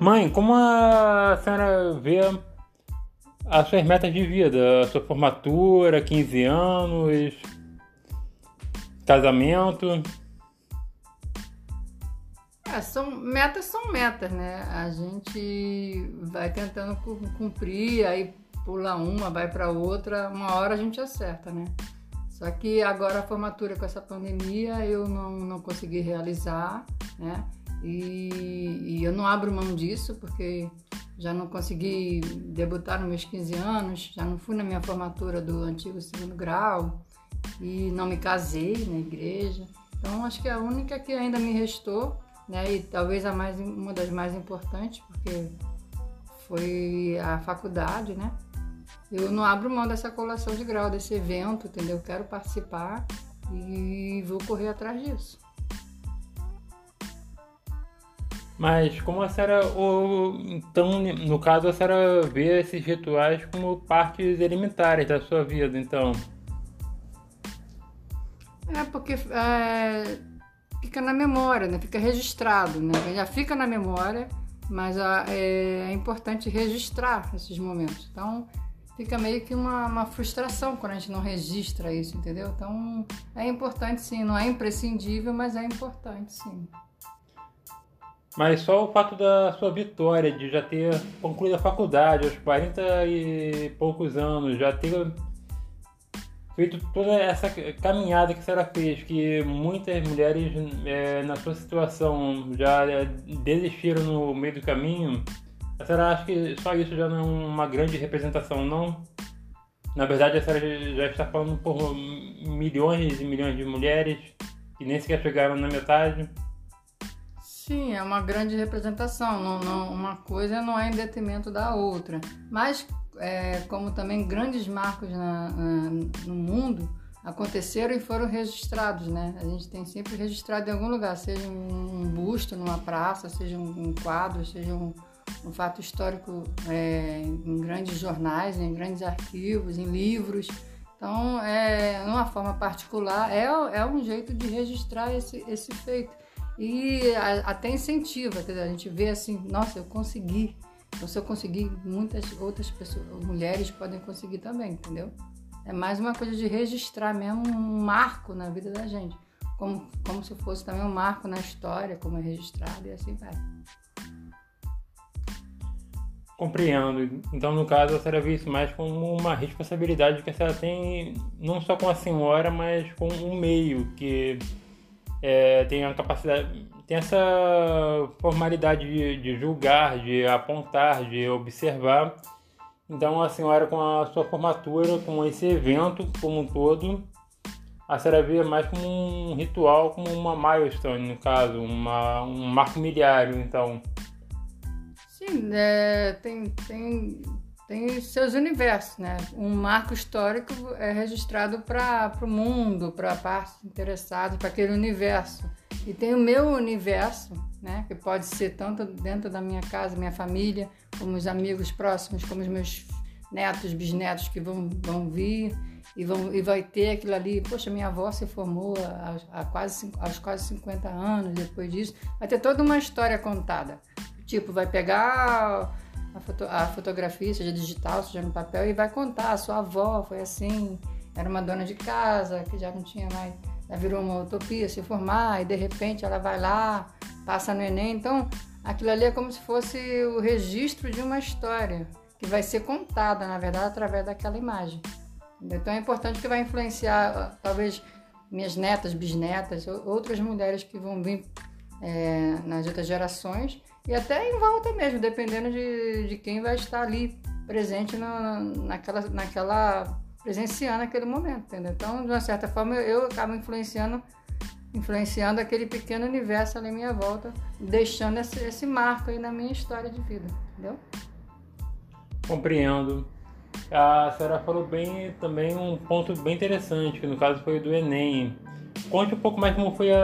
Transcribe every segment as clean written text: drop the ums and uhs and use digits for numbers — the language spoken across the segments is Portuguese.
Mãe, como a senhora vê as suas metas de vida? A sua formatura, 15 anos, casamento? São metas, né? A gente vai tentando cumprir, aí pula uma, vai para outra, uma hora a gente acerta, né? Só que agora a formatura com essa pandemia eu não consegui realizar, né? E eu não abro mão disso, porque já não consegui debutar nos meus 15 anos, já não fui na minha formatura do antigo segundo grau e não me casei na igreja. Então acho que a única que ainda me restou, né, e talvez uma das mais importantes, porque foi a faculdade, né? Eu não abro mão dessa colação de grau, desse evento, entendeu? Quero participar e vou correr atrás disso. Mas como a senhora, então, no caso, a senhora vê esses rituais como partes elementares da sua vida, então? Porque fica na memória, né? Fica registrado, né? Já fica na memória, mas é importante registrar esses momentos. Então, fica meio que uma frustração quando a gente não registra isso, entendeu? Então, é importante sim, não é imprescindível, mas é importante sim. Mas só o fato da sua vitória, de já ter concluído a faculdade aos 40 e poucos anos, já ter feito toda essa caminhada que a senhora fez, que muitas mulheres na sua situação já desistiram no meio do caminho, a senhora acha que só isso já não é uma grande representação, não? Na verdade, a senhora já está falando por milhões e milhões de mulheres que nem sequer chegaram na metade. Sim, é uma grande representação, uma coisa não é em detrimento da outra, mas como também grandes marcos no mundo aconteceram e foram registrados, né? A gente tem sempre registrado em algum lugar, seja um busto numa praça, seja um quadro, seja um fato histórico em grandes jornais, em grandes arquivos, em livros. Então, numa forma particular, é um jeito de registrar esse feito. E até incentiva, entendeu? A gente vê assim, nossa, eu consegui. Então, se eu conseguir, muitas outras pessoas, mulheres podem conseguir também, entendeu? É mais uma coisa de registrar mesmo um marco na vida da gente. Como se fosse também um marco na história, como é registrado e assim vai. Compreendo. Então, no caso, a senhora vê isso mais como uma responsabilidade que a senhora tem, não só com a senhora, mas com o meio, que tem a capacidade, tem essa formalidade de julgar, de apontar, de observar. Então, a senhora, com a sua formatura, com esse evento como um todo, a senhora vê mais como um ritual, como uma milestone, no caso, um marco milhário, então. Sim, tem seus universos, né? Um marco histórico é registrado para o mundo, para partes interessadas, para aquele universo. E tem o meu universo, né? Que pode ser tanto dentro da minha casa, minha família, como os amigos próximos, como os meus netos, bisnetos que vão vir e vai ter aquilo ali. Poxa, minha avó se formou aos quase 50 anos, depois disso. Vai ter toda uma história contada. Tipo, vai pegar a fotografia, seja digital, seja no papel, e vai contar, a sua avó foi assim, era uma dona de casa, que já não tinha mais, já virou uma utopia se formar, e de repente ela vai lá, passa no Enem. Então, aquilo ali é como se fosse o registro de uma história, que vai ser contada, na verdade, através daquela imagem. Então é importante que vai influenciar, talvez, minhas netas, bisnetas, outras mulheres que vão vir nas outras gerações, e até em volta mesmo, dependendo de quem vai estar ali presente naquela presenciando aquele momento, entendeu? Então, de uma certa forma, eu acabo influenciando aquele pequeno universo ali à minha volta, deixando esse marco aí na minha história de vida, entendeu? Compreendo. A senhora falou bem também um ponto bem interessante, que no caso foi do Enem. Conte um pouco mais como foi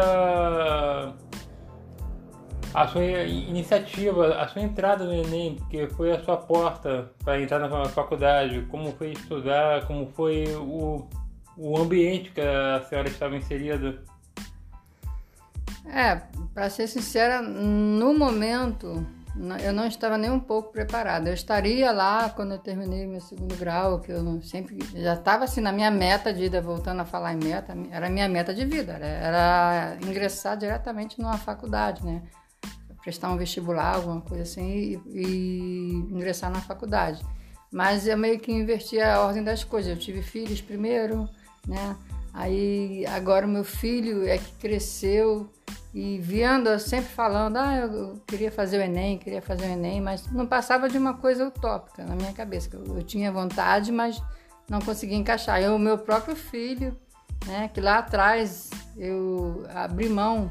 a sua iniciativa, a sua entrada no Enem, porque foi a sua porta para entrar na faculdade, como foi estudar, como foi o ambiente que a senhora estava inserida. Para ser sincera, no momento Eu não estava nem um pouco preparada. Eu estaria lá quando eu terminei meu segundo grau, que eu não, sempre já estava assim na minha meta de vida, voltando a falar em meta, era a minha meta de vida, era ingressar diretamente numa faculdade, né? Prestar um vestibular, alguma coisa assim, e ingressar na faculdade. Mas eu meio que inverti a ordem das coisas. Eu tive filhos primeiro, né? Aí agora o meu filho é que cresceu e vendo, eu sempre falando, eu queria fazer o Enem, mas não passava de uma coisa utópica na minha cabeça. Eu tinha vontade, mas não conseguia encaixar. O meu próprio filho, né, que lá atrás eu abri mão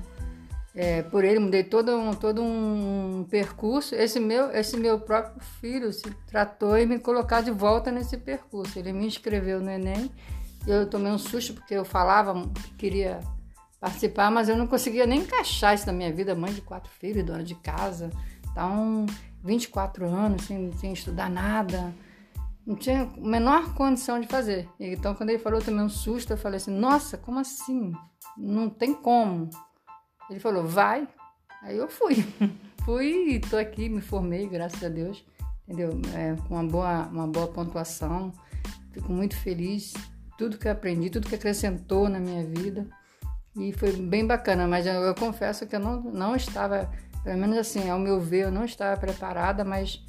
por ele, mudei todo um percurso. Esse meu próprio filho se tratou em me colocar de volta nesse percurso. Ele me inscreveu no Enem. Eu tomei um susto porque eu falava que queria participar, mas eu não conseguia nem encaixar isso na minha vida. Mãe de 4 filhos, dona de casa, então 24 anos sem estudar nada, não tinha a menor condição de fazer. Então quando ele falou, eu tomei um susto, eu falei assim, nossa, como assim? Não tem como. Ele falou, vai. Aí eu fui e estou aqui, me formei, graças a Deus, entendeu? Com uma boa pontuação, fico muito feliz. Tudo que eu aprendi, tudo que acrescentou na minha vida. E foi bem bacana, mas eu confesso que eu não estava, pelo menos assim, ao meu ver, eu não estava preparada, mas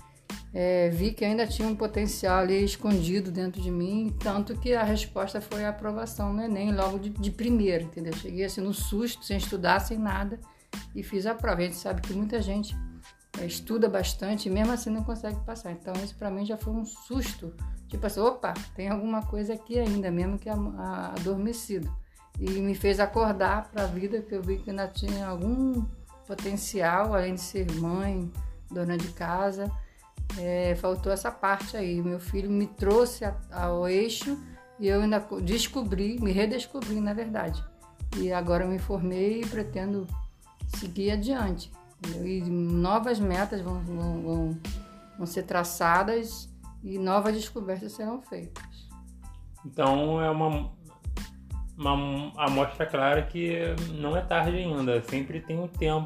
vi que ainda tinha um potencial ali escondido dentro de mim, tanto que a resposta foi a aprovação no Enem, logo de primeira, entendeu? Cheguei assim no susto, sem estudar, sem nada, e fiz a prova. A gente sabe que muita gente estuda bastante e mesmo assim não consegue passar. Então isso para mim já foi um susto. Tipo assim, opa, tem alguma coisa aqui ainda, mesmo que adormecido. E me fez acordar para a vida, que eu vi que ainda tinha algum potencial, além de ser mãe, dona de casa. Faltou essa parte aí. Meu filho me trouxe ao eixo e eu ainda me redescobri, na verdade. E agora eu me formei e pretendo seguir adiante. Entendeu? E novas metas vão ser traçadas e novas descobertas serão feitas. Então é uma amostra clara que não é tarde ainda, sempre tem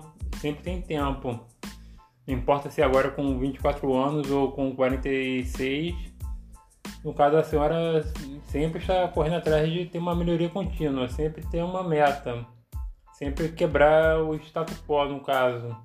tempo. Não importa se agora com 24 anos ou com 46, no caso a senhora sempre está correndo atrás de ter uma melhoria contínua, sempre ter uma meta, sempre quebrar o status quo no caso.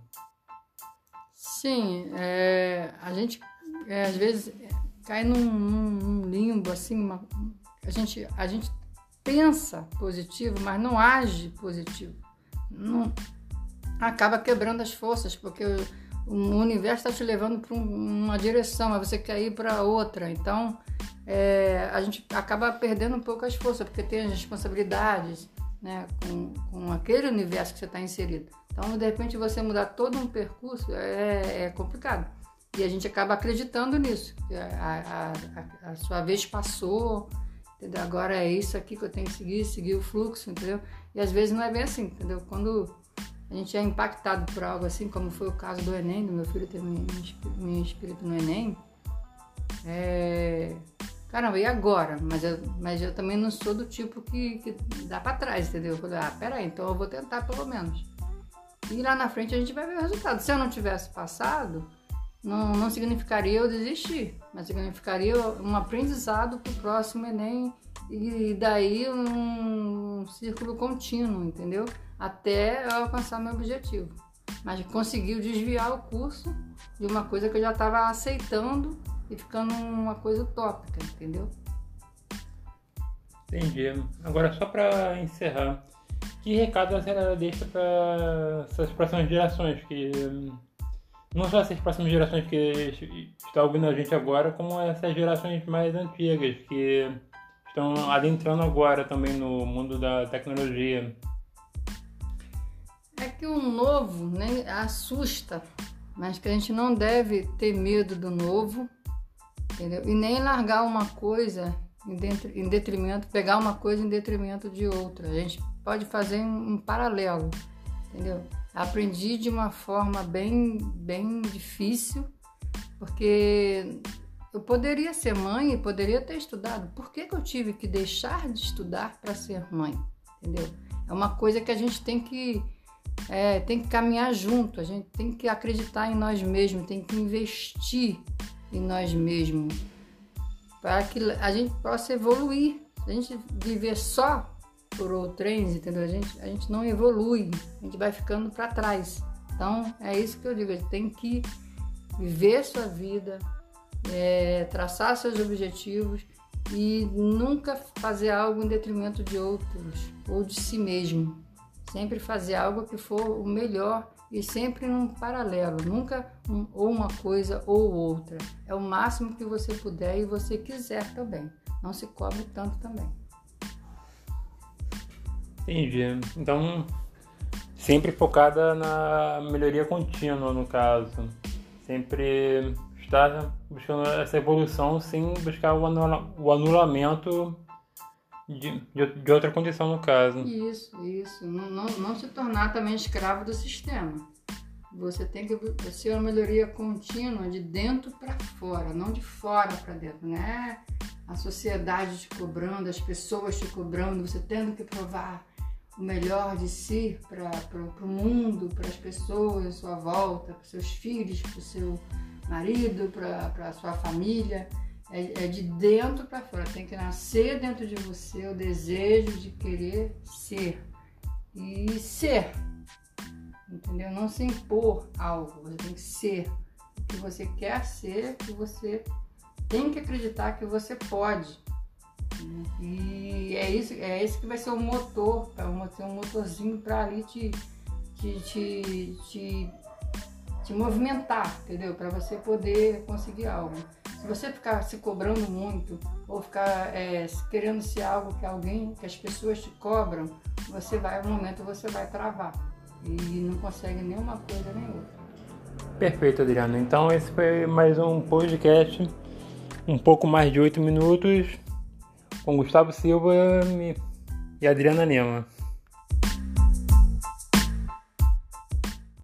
Sim, a gente às vezes cai num limbo assim, a gente pensa positivo, mas não age positivo. Não, acaba quebrando as forças, porque o universo está te levando para uma direção, mas você quer ir para outra. Então, a gente acaba perdendo um pouco as forças, porque tem as responsabilidades, né, com aquele universo que você está inserido. Então, de repente, você mudar todo um percurso é complicado. E a gente acaba acreditando nisso. A sua vez passou, entendeu? Agora é isso aqui que eu tenho que seguir o fluxo, entendeu? E às vezes não é bem assim, entendeu? Quando a gente é impactado por algo assim, como foi o caso do Enem, do meu filho ter me inscrito no Enem, caramba, e agora? Mas eu também não sou do tipo que dá pra trás, entendeu? Eu falei, peraí, então eu vou tentar pelo menos. E lá na frente a gente vai ver o resultado. Se eu não tivesse passado, não significaria eu desistir, mas significaria um aprendizado para o próximo Enem e daí um círculo contínuo, entendeu? Até eu alcançar meu objetivo. Mas conseguiu desviar o curso de uma coisa que eu já estava aceitando e ficando uma coisa utópica, entendeu? Entendi. Agora, só para encerrar, que recado a senhora deixa para essas próximas gerações que... Não só essas próximas gerações que estão ouvindo a gente agora, como essas gerações mais antigas, que estão adentrando agora também no mundo da tecnologia. É que o novo, né, assusta, mas que a gente não deve ter medo do novo, entendeu? E nem largar uma coisa em detrimento, pegar uma coisa em detrimento de outra. A gente pode fazer um paralelo, entendeu? Aprendi de uma forma bem difícil, porque eu poderia ser mãe e poderia ter estudado. Por que eu tive que deixar de estudar para ser mãe? Entendeu? É uma coisa que a gente tem que tem que caminhar junto, a gente tem que acreditar em nós mesmos, tem que investir em nós mesmos, para que a gente possa evoluir. Se a gente viver só por outrens, entendeu? A gente não evolui, a gente vai ficando para trás. Então, é isso que eu digo, a gente tem que viver sua vida, traçar seus objetivos e nunca fazer algo em detrimento de outros ou de si mesmo. Sempre fazer algo que for o melhor e sempre num paralelo, nunca ou uma coisa ou outra. É o máximo que você puder e você quiser também. Não se cobre tanto também. Entendi. Então, sempre focada na melhoria contínua, no caso. Sempre estar buscando essa evolução sem buscar o anulamento de outra condição, no caso. Isso. Não se tornar também escravo do sistema. Você tem que ser uma melhoria contínua de dentro para fora, não de fora para dentro, né? A sociedade te cobrando, as pessoas te cobrando, você tendo que provar o melhor de si para o mundo, para as pessoas à sua volta, para os seus filhos, para o seu marido, para a sua família. É de dentro para fora, tem que nascer dentro de você o desejo de querer ser. E ser, entendeu? Não se impor algo, você tem que ser o que você quer ser, que você tem que acreditar que você pode. E é isso que vai ser o motor, vai ser um motorzinho para ali te movimentar, entendeu? Para você poder conseguir algo. Se você ficar se cobrando muito ou ficar querendo ser algo que as pessoas te cobram, um momento você vai travar e não consegue nem uma coisa nem outra. Perfeito, Adriana. Então esse foi mais um podcast, um pouco mais de 8 minutos, com Gustavo Silva e Adriana Lima.